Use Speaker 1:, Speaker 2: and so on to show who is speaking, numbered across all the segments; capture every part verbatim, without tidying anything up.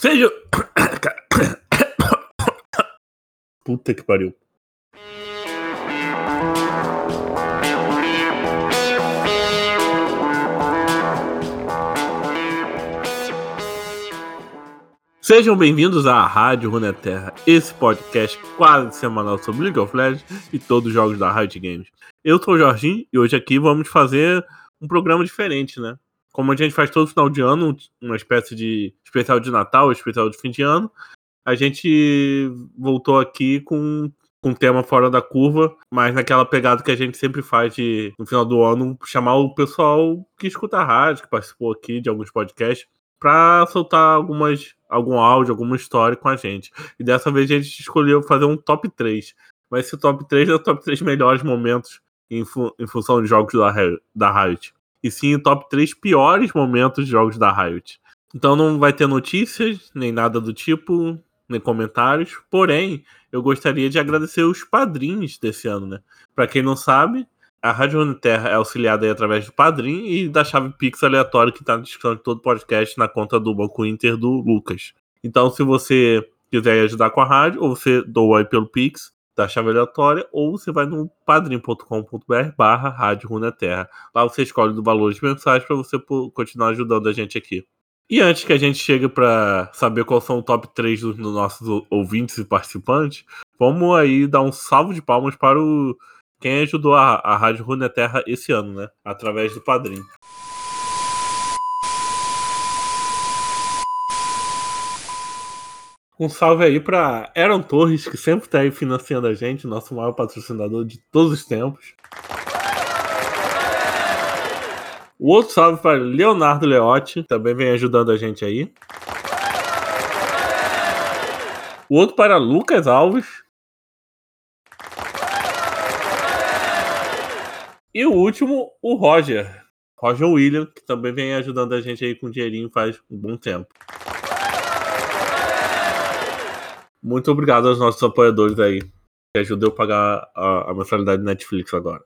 Speaker 1: Seja... Puta que pariu. Sejam bem-vindos à Rádio Runeterra, esse podcast quase semanal sobre League of Legends e todos os jogos da Riot Games. Eu sou o Jorginho e hoje aqui vamos fazer um programa diferente, né? Como a gente faz todo final de ano, uma espécie de especial de Natal, especial de fim de ano, a gente voltou aqui com um tema fora da curva, mas naquela pegada que a gente sempre faz de, no final do ano, chamar o pessoal que escuta a rádio, que participou aqui de alguns podcasts, para soltar algumas, algum áudio, alguma história com a gente. E dessa vez a gente escolheu fazer um top três. Mas esse top três é o top três melhores momentos em, fu- em função de jogos da, da Riot. E sim, o top três piores momentos de jogos da Riot. Então não vai ter notícias, nem nada do tipo, nem comentários. Porém, eu gostaria de agradecer os padrinhos desse ano, né? Para quem não sabe, a Rádio Runeterra é auxiliada aí através do Padrim e da chave Pix aleatória que está na descrição de todo o podcast na conta do Banco Inter do Lucas. Então, se você quiser ajudar com a rádio, ou você doa aí pelo Pix da chave aleatória, ou você vai no padrim.com.br barra Rádio Runeterra. Lá você escolhe do valor de mensagem para você continuar ajudando a gente aqui. E antes que a gente chegue para saber qual são o top três dos nossos ouvintes e participantes, vamos aí dar um salve de palmas para o quem ajudou a, a Rádio Runeterra esse ano, né? Através do Padrim. Um salve aí para Aaron Torres, que sempre está aí financiando a gente, nosso maior patrocinador de todos os tempos. O outro salve para Leonardo Leotti, também vem ajudando a gente aí. O outro para Lucas Alves. E o último, o Roger. Roger William, que também vem ajudando a gente aí com dinheirinho faz um bom tempo. Muito obrigado aos nossos apoiadores aí, que ajudou a pagar a, a mensalidade da Netflix agora.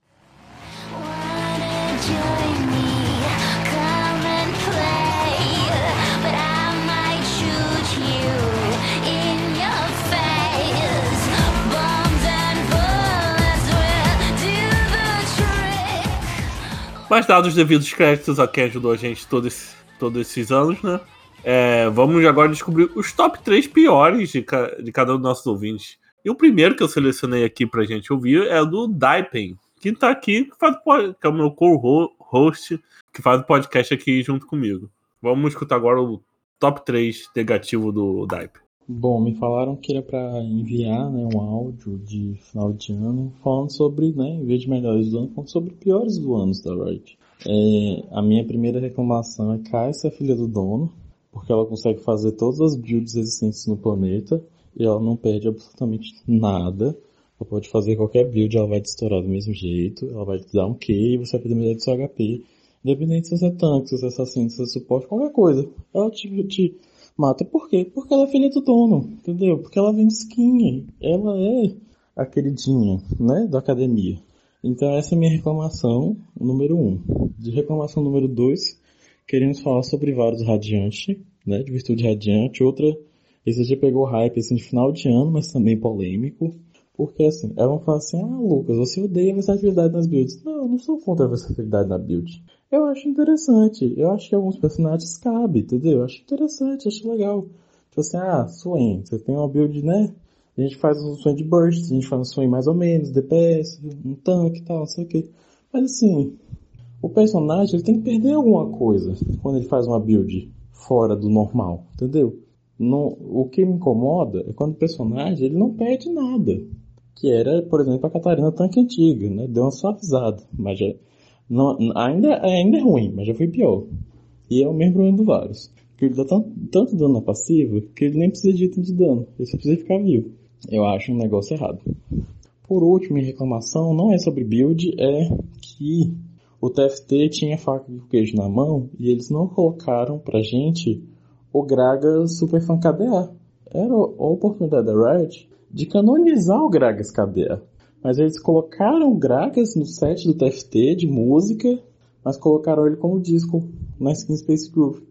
Speaker 1: Mas dados os devidos créditos a quem ajudou a gente todos, esse, todos esses anos, né? É, vamos agora descobrir os top três piores de, ca, de cada um dos nossos ouvintes. E o primeiro que eu selecionei aqui pra gente ouvir é o do Daipen, que tá aqui, que, faz, que é o meu co-host, que faz o podcast aqui junto comigo. Vamos escutar agora o top três negativo do Daipen.
Speaker 2: Bom, me falaram que era para enviar, né, um áudio de final de ano falando sobre, né, em vez de melhores do ano, falando sobre piores do ano da Riot. É, a minha primeira reclamação é Kai'Sa, filha do dono, porque ela consegue fazer todas as builds existentes no planeta e ela não perde absolutamente nada. Ela pode fazer qualquer build, ela vai te estourar do mesmo jeito, ela vai te dar um Q e você vai perder metade do seu H P, independente se você é tanque, se você é assassino, se você é suporte, qualquer coisa. Ela te... te mata por quê? Porque ela é filha do dono, entendeu? Porque ela vem skin, ela é a queridinha, né, da academia. Então essa é a minha reclamação número um. De reclamação número dois, queremos falar sobre vários radiantes, né, de virtude radiante. Outra, esse já pegou hype assim, de final de ano, mas também polêmico. Porque assim, elas vão falar assim, ah Lucas, você odeia a versatilidade nas builds. Não, eu não sou contra a versatilidade na build. Eu acho interessante. Eu acho que alguns personagens cabem, entendeu? Eu acho interessante, acho legal. Tipo assim, ah, Swain, você tem uma build, né? A gente faz um Swain de burst, a gente faz um Swain mais ou menos, D P S, um tanque e tal, não sei o que. Mas assim, o personagem ele tem que perder alguma coisa quando ele faz uma build fora do normal, entendeu? Não, o que me incomoda é quando o personagem ele não perde nada. Que era, por exemplo, a Catarina tanque antiga, né? Deu uma suavizada, mas já... Não, ainda, ainda é ruim, mas já foi pior. E é o mesmo problema do Varus. Porque ele dá tanto, tanto dano na passiva que ele nem precisa de item de dano. Ele só precisa ficar vivo. Eu acho um negócio errado. Por último, minha reclamação não é sobre build, é que o T F T tinha faca de queijo na mão e eles não colocaram pra gente o Gragas Superfan K D A. Era a oportunidade da Riot de canonizar o Gragas K D A. Mas eles colocaram o Gragas no set do T F T de música, mas colocaram ele como disco na skin Space Groove.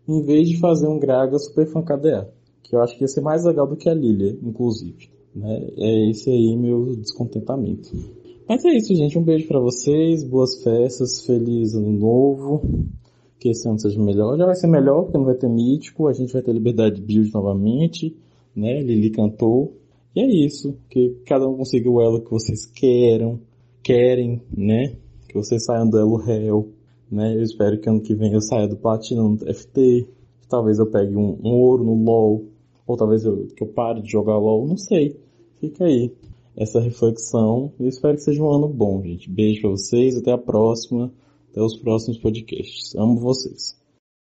Speaker 2: em vez de fazer um Gragas Super Fan K D A, que eu acho que ia ser mais legal do que a Lilia, inclusive. Né? É esse aí meu descontentamento. Mas é isso, gente. Um beijo pra vocês, boas festas, feliz ano novo, que esse ano seja melhor. Já vai ser melhor, porque não vai ter mítico, a gente vai ter liberdade de build novamente, né? Lili cantou. E é isso, que cada um consiga o elo que vocês queiram, querem, né? Que vocês saiam do elo Hell, né? Eu espero que ano que vem eu saia do Platinum no T F T, talvez eu pegue um, um ouro no LoL, ou talvez eu, que eu pare de jogar LoL, não sei. Fica aí essa reflexão. Eu espero que seja um ano bom, gente. Beijo pra vocês, até a próxima, até os próximos podcasts. Amo vocês.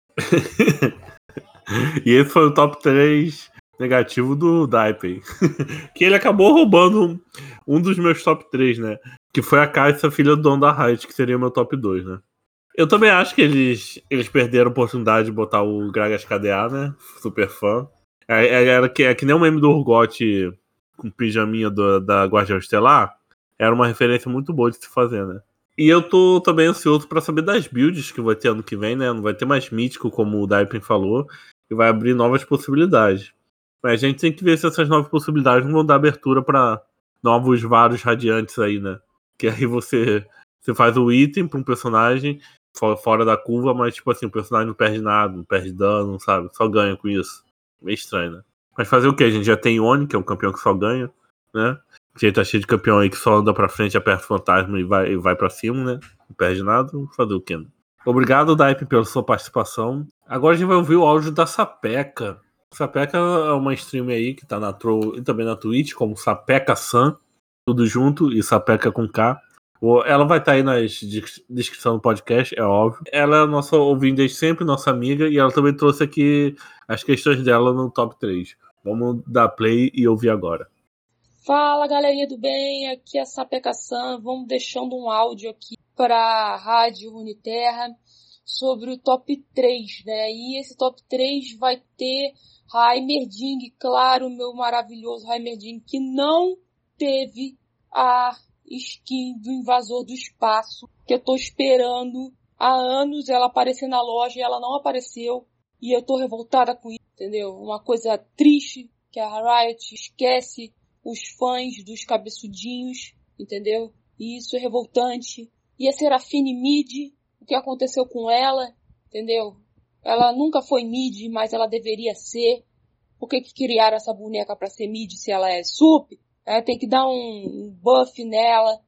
Speaker 1: E esse foi o top três negativo do Daipen. Que ele acabou roubando um, um dos meus top três, né? Que foi a Caixa, filha do dono da Riot, que seria o meu top dois, né? Eu também acho que eles, eles perderam a oportunidade de botar o Gragas K D A, né? Super fã. É, é, era que, é que nem o meme do Urgot com pijaminha do, da Guardião Estelar. Era uma referência muito boa de se fazer, né? E eu tô também ansioso pra saber das builds que vai ter ano que vem, né? Não vai ter mais mítico, como o Daipen falou, e vai abrir novas possibilidades. Mas a gente tem que ver se essas novas possibilidades não vão dar abertura pra novos vários radiantes aí, né? Que aí você, você faz o item pra um personagem fora da curva, mas tipo assim, o personagem não perde nada, não perde dano, sabe? Só ganha com isso. Meio estranho, né? Mas fazer o que? A gente já tem Oni, que é um campeão que só ganha, né? A gente tá cheio de campeão aí que só anda pra frente, aperta o fantasma e vai, e vai pra cima, né? Não perde nada, fazer o quê? Né? Obrigado, Daipe, pela sua participação. Agora a gente vai ouvir o áudio da Sapeca. Sapeca é uma streamer aí que tá na Troll e também na Twitch, como Sapeca-san, tudo junto, e Sapeca com K. Ela vai estar tá aí na descrição do podcast, é óbvio. Ela é nossa ouvinte desde sempre, nossa amiga, e ela também trouxe aqui as questões dela no top três. Vamos dar play e ouvir agora.
Speaker 3: Fala, galerinha do bem, aqui é a Sapeca-san. Vamos deixando um áudio aqui para a Rádio Runeterra sobre o top três, né? E esse top três vai ter Heimerdinger, claro, meu maravilhoso Heimerdinger, que não teve a skin do Invasor do Espaço, que eu tô esperando há anos ela aparecer na loja e ela não apareceu. E eu tô revoltada com isso, entendeu? Uma coisa triste que a Riot esquece os fãs dos cabeçudinhos, entendeu? E isso é revoltante. E a Serafine mid, o que aconteceu com ela, entendeu? Ela nunca foi mid, mas ela deveria ser. Por que que criaram essa boneca pra ser mid se ela é sup? É, tem que dar um buff nela.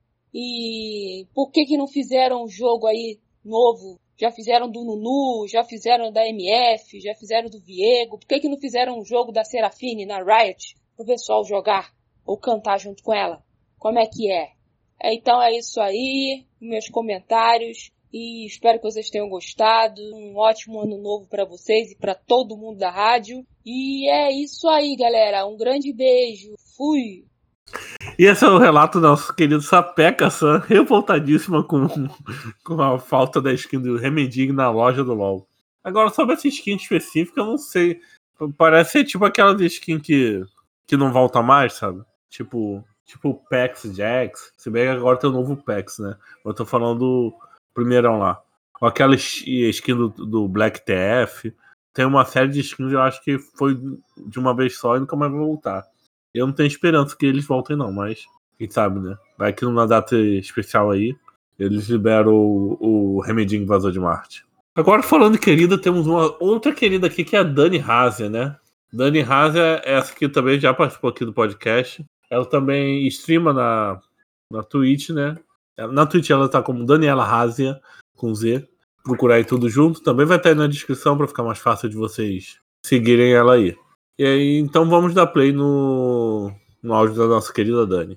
Speaker 3: E por que que não fizeram um jogo aí novo? Já fizeram do Nunu, já fizeram da M F, já fizeram do Viego. Por que que não fizeram um jogo da Serafine na Riot pro pessoal jogar ou cantar junto com ela? Como é que é? é então é isso aí, meus comentários. E espero que vocês tenham gostado. Um ótimo ano novo para vocês e para todo mundo da rádio. E é isso aí, galera. Um grande beijo. Fui!
Speaker 1: E esse é o relato do nosso querido Sapeca-san, revoltadíssima com, com a falta da skin do Heimerdinger na loja do LoL. Agora, sobre essa skin específica, eu não sei. Parece ser tipo aquela skin que, que não volta mais, sabe? Tipo, tipo o Pex Jax. Se bem que agora tem o novo Pex, né? Eu tô falando do primeirão lá. Ou aquela skin do, do Black T F. Tem uma série de skins, eu acho que foi de uma vez só e nunca mais vai voltar. Eu não tenho esperança que eles voltem não, mas quem sabe, né? Vai que numa data especial aí, eles liberam o, o Heimerdinger Invasor de Marte. Agora, falando de querida, temos uma outra querida aqui, que é a Dani Hazia, né? Dani Hazia, essa aqui também já participou aqui do podcast. Ela também streama na, na Twitch, né? Na Twitch ela tá como Daniela Hazia, com Z. Procurar aí tudo junto. Também vai estar aí na descrição para ficar mais fácil de vocês seguirem ela aí. E aí, então vamos dar play no, no áudio da nossa querida Dani.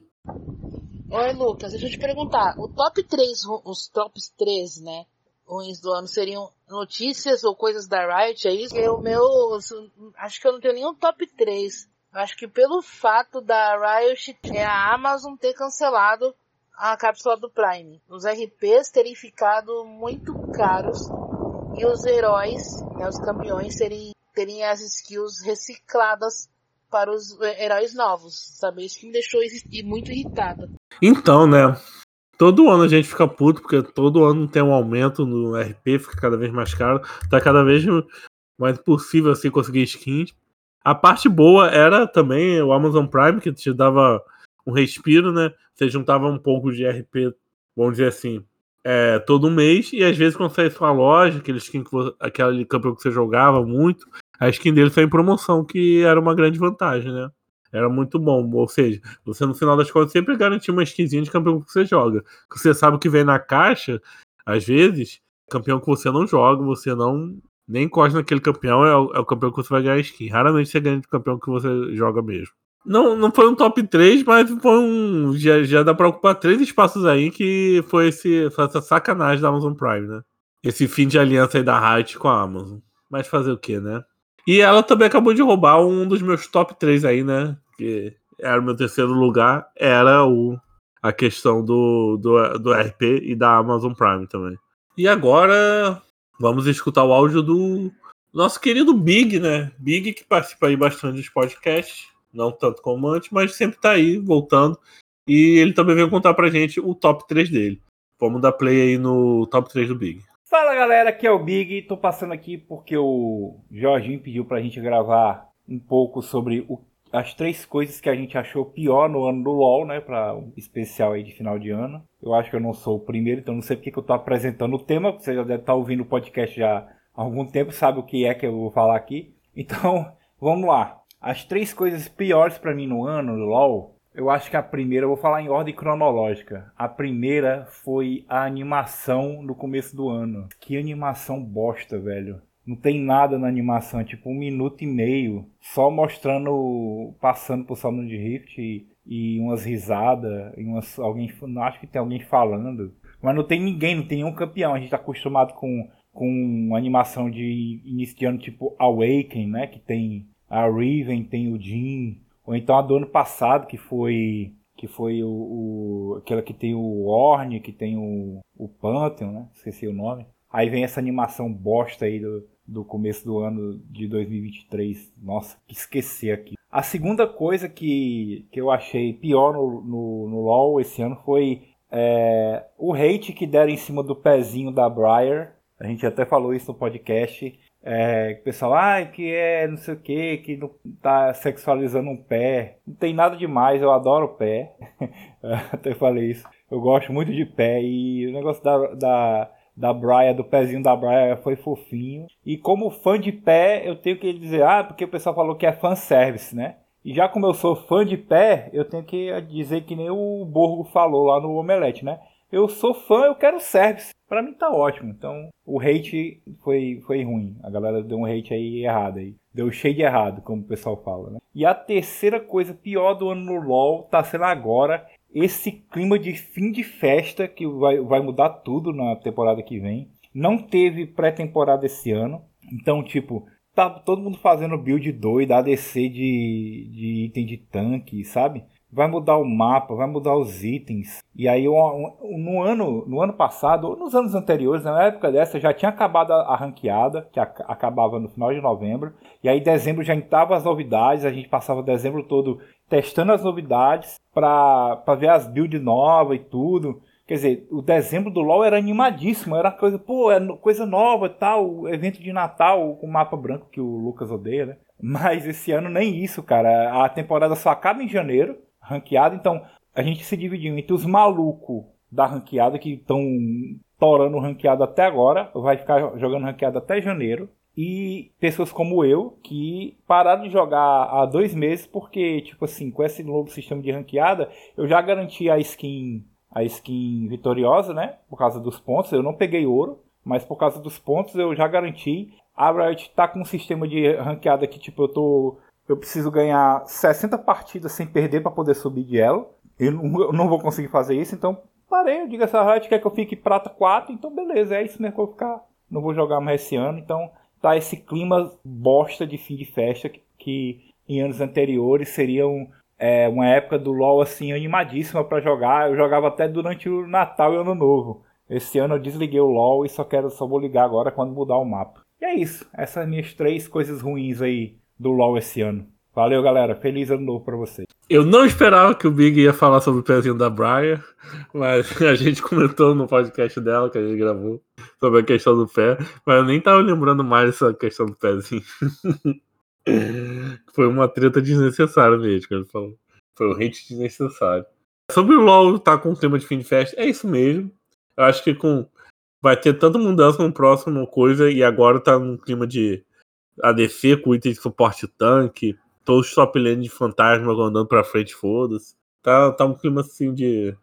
Speaker 4: Oi, Lucas, deixa eu te perguntar. O top três, os tops três, né, ruins do ano seriam notícias ou coisas da Riot, é isso? Porque o meu, acho que eu não tenho nenhum top três. Eu acho que pelo fato da Riot, é a Amazon ter cancelado a cápsula do Prime. Os R Ps terem ficado muito caros e os heróis, né, os campeões serem terem as skills recicladas para os heróis novos, sabe? Isso que me deixou muito irritada.
Speaker 1: Então, né? Todo ano a gente fica puto, porque todo ano tem um aumento no R P, fica cada vez mais caro. Tá cada vez mais impossível assim conseguir skins. A parte boa era também o Amazon Prime, que te dava um respiro, né? Você juntava um pouco de R P, vamos dizer assim, é, todo mês, e às vezes quando saía sua loja, aquele skin que você, aquele campeão que você jogava muito, a skin dele saiu em promoção, que era uma grande vantagem, né? Era muito bom, ou seja, você no final das contas sempre garantia uma skinzinha de campeão que você joga. Que você sabe o que vem na caixa, às vezes, campeão que você não joga, você não nem encosta naquele campeão, é o, é o campeão que você vai ganhar skin. Raramente você ganha de campeão que você joga mesmo. Não, não foi um top três, mas foi um. Já, já dá pra ocupar três espaços aí, que foi, esse, foi essa sacanagem da Amazon Prime, né? Esse fim de aliança aí da Riot com a Amazon. Mas fazer o que, né? E ela também acabou de roubar um dos meus top três aí, né? Que era o meu terceiro lugar, era o, a questão do, do, do R P e da Amazon Prime também. E agora vamos escutar o áudio do nosso querido Big, né? Big, que participa aí bastante dos podcasts, não tanto como antes, mas sempre tá aí, voltando. E ele também veio contar pra gente o top três dele. Vamos dar play aí no top três do Big.
Speaker 5: Fala galera, aqui é o Big. Tô passando aqui porque o Jorginho pediu pra gente gravar um pouco sobre o, as três coisas que a gente achou pior no ano do LoL, né? Pra um especial aí de final de ano. Eu acho que eu não sou o primeiro, então não sei porque que eu tô apresentando o tema. Você já deve estar ouvindo o podcast já há algum tempo, sabe o que é que eu vou falar aqui. Então, vamos lá. As três coisas piores pra mim no ano do LoL, eu acho que a primeira, eu vou falar em ordem cronológica. A primeira foi a animação no começo do ano. Que animação bosta, velho. Não tem nada na animação, é tipo um minuto e meio, só mostrando, passando por Salão de Rift e, e umas risadas, e umas, alguém, acho que tem alguém falando, mas não tem ninguém, não tem nenhum campeão. A gente tá acostumado com, com uma animação de início de ano tipo Awaken, né, que tem a Riven, tem o Jhin, ou então a do ano passado, que foi, que foi o, o, aquela que tem o Ornn, que tem o, o Pantheon, né, esqueci o nome. Aí vem essa animação bosta aí do, do começo do ano de dois mil e vinte e três. Nossa, que esquecer aqui. A segunda coisa que, que eu achei pior no, no, no LoL esse ano foi é, o hate que deram em cima do pezinho da Briar. A gente até falou isso no podcast. É, o pessoal, ah, que é não sei o que, que não tá sexualizando um pé. Não tem nada demais, eu adoro pé. Até falei isso. Eu gosto muito de pé. E o negócio da... da da Briar, do pezinho da Briar foi fofinho. E como fã de pé, eu tenho que dizer, ah, porque o pessoal falou que é fanservice, né? E já como eu sou fã de pé, eu tenho que dizer que nem o Borgo falou lá no Omelete, né? Eu sou fã, eu quero service. Pra mim tá ótimo. Então, o hate foi, foi ruim. A galera deu um hate aí errado aí. Deu cheio de errado, como o pessoal fala, né? E a terceira coisa pior do ano no LoL tá sendo agora esse clima de fim de festa, que vai, vai mudar tudo na temporada que vem. Não teve pré-temporada esse ano. Então, tipo, tá todo mundo fazendo build doido, A D C de, de item de tanque, sabe? Vai mudar o mapa, vai mudar os itens. E aí, no ano, no ano passado, ou nos anos anteriores, na época dessa, já tinha acabado a ranqueada, que acabava no final de novembro. E aí, em dezembro já entrava as novidades, a gente passava dezembro todo testando as novidades para ver as builds novas e tudo. Quer dizer, o dezembro do LoL era animadíssimo, era coisa, pô, é coisa nova e tal, evento de Natal com mapa branco que o Lucas odeia, né? Mas esse ano nem isso, cara. A temporada só acaba em janeiro, ranqueada, então a gente se dividiu entre os malucos da ranqueada que estão torando ranqueada até agora, vai ficar jogando ranqueada até janeiro. E pessoas como eu, que pararam de jogar há dois meses, porque, tipo assim, com esse novo sistema de ranqueada, eu já garanti a skin, a skin vitoriosa, né? Por causa dos pontos. Eu não peguei ouro, mas por causa dos pontos eu já garanti. A Riot tá com um sistema de ranqueada que, tipo, eu tô... Eu preciso ganhar sessenta partidas sem perder para poder subir de elo. Eu não, eu não vou conseguir fazer isso, então parei. Eu digo, essa Riot quer que eu fique prata quatro, então beleza, é isso mesmo que eu vou ficar. Não vou jogar mais esse ano, então... Tá esse clima bosta de fim de festa que, que em anos anteriores seriam é, uma época do LoL assim animadíssima para jogar. Eu jogava até durante o Natal e o Ano Novo. Esse ano eu desliguei o LoL e só quero só vou ligar agora quando mudar o mapa. E é isso. Essas minhas três coisas ruins aí do LoL esse ano. Valeu, galera. Feliz ano novo pra vocês.
Speaker 1: Eu não esperava que o Big ia falar sobre o pezinho da Brian, mas a gente comentou no podcast dela que a gente gravou sobre a questão do pé, mas eu nem tava lembrando mais dessa questão do pezinho. Foi uma treta desnecessária mesmo que ele falou. Foi um hate desnecessário. Sobre o LoL tá com o clima de fim de festa, é isso mesmo. Eu acho que com vai ter tanta mudança no próximo coisa e agora tá num clima de A D C com item de suporte tanque, todos os top lane de fantasma andando pra frente, foda-se. Tá, tá um clima assim de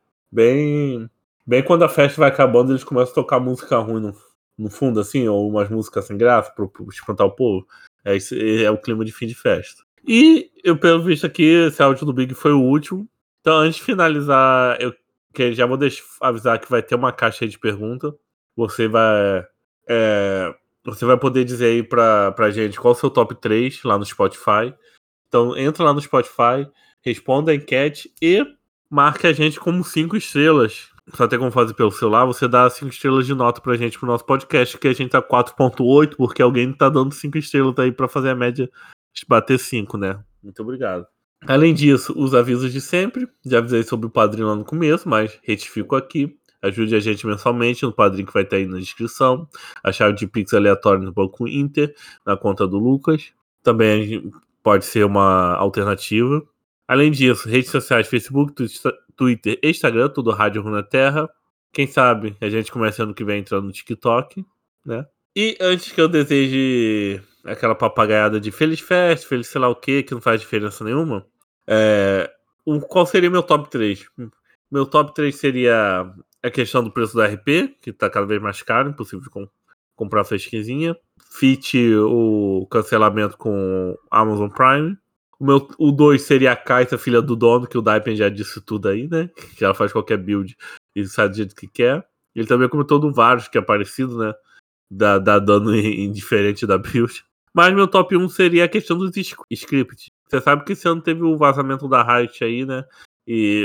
Speaker 1: bem bem quando a festa vai acabando eles começam a tocar música ruim no, no fundo assim, ou umas músicas sem graça pra, pra espantar o povo. É, esse, é o clima de fim de festa. E eu, pelo visto aqui, esse áudio do Big foi o último. Então, antes de finalizar, eu que já vou deixar, avisar que vai ter uma caixa aí de pergunta. Você vai é, você vai poder dizer aí pra, pra gente qual é o seu top três lá no Spotify. Então, entra lá no Spotify, responda a enquete e marque a gente como cinco estrelas. Só tem como fazer pelo celular, você dá cinco estrelas de nota pra gente pro nosso podcast, que a gente tá quatro ponto oito, porque alguém tá dando cinco estrelas aí pra fazer a média de bater cinco, né? Muito obrigado. Além disso, os avisos de sempre. Já avisei sobre o padrinho lá no começo, mas retifico aqui. Ajude a gente mensalmente no padrinho que vai estar aí na descrição. A chave de Pix aleatório no Banco Inter, na conta do Lucas. Também pode ser uma alternativa. Além disso, redes sociais, Facebook, Twitter, Instagram, tudo Rádio Runeterra. Quem sabe a gente começa ano que vem entrando no TikTok, né? E antes que eu deseje aquela papagaiada de Feliz Festa, Feliz sei lá o que, que não faz diferença nenhuma, é, qual seria meu top três? Meu top três seria a questão do preço do R P, que tá cada vez mais caro, impossível de com, comprar essa skinzinha. Fit o cancelamento com Amazon Prime. O meu, o dois seria a Kaisa, filha do dono, que o Daipen já disse tudo aí, né? Que ela faz qualquer build e sai do jeito que quer. Ele também comentou do Varus, que é parecido, né? Dá, dá dano indiferente da build. Mas meu top um seria a questão dos scripts. Você sabe que esse ano teve o vazamento da Riot aí, né? E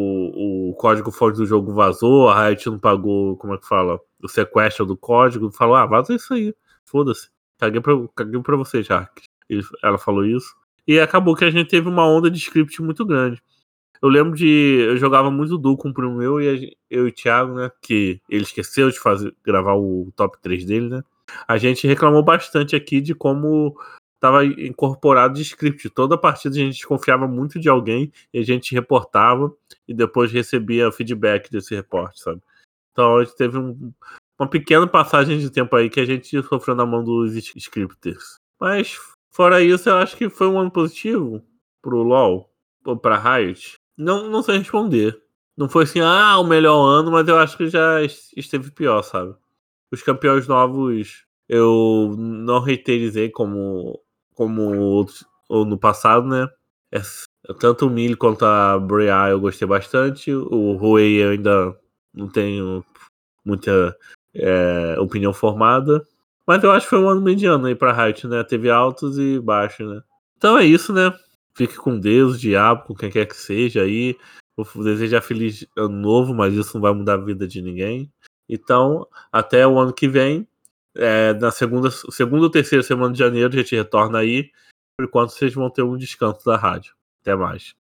Speaker 1: o, o código-fonte do jogo vazou, a Riot não pagou, como é que fala? O sequestro do código. Falou, ah, vaza isso aí. Foda-se. Caguei pra, caguei pra você, Jark. Ela falou isso. E acabou que a gente teve uma onda de script muito grande. Eu lembro de... Eu jogava muito duo com o primo meu e a, eu e o Thiago, né? Que ele esqueceu de fazer, gravar o top três dele, né? A gente reclamou bastante aqui de como estava incorporado de script. Toda partida a gente desconfiava muito de alguém e a gente reportava e depois recebia feedback desse reporte, sabe? Então a gente teve um, uma pequena passagem de tempo aí que a gente sofreu na mão dos scripters. Mas fora isso, eu acho que foi um ano positivo pro LoL ou pra Riot. Não, não sei responder. Não foi assim, ah, o melhor ano, mas eu acho que já esteve pior, sabe? Os campeões novos eu não reiterizei como, como ou no passado, né? É, tanto o Millie quanto a Brea eu gostei bastante. O Huey eu ainda não tenho muita é, opinião formada. Mas eu acho que foi um ano mediano aí pra Riot, né? Teve altos e baixos, né? Então é isso, né? Fique com Deus, diabo, com quem quer que seja aí. Vou desejar feliz ano novo, mas isso não vai mudar a vida de ninguém. Então, até o ano que vem, é, na segunda, segunda ou terceira semana de janeiro, a gente retorna aí. Por enquanto, vocês vão ter um descanso da rádio. Até mais.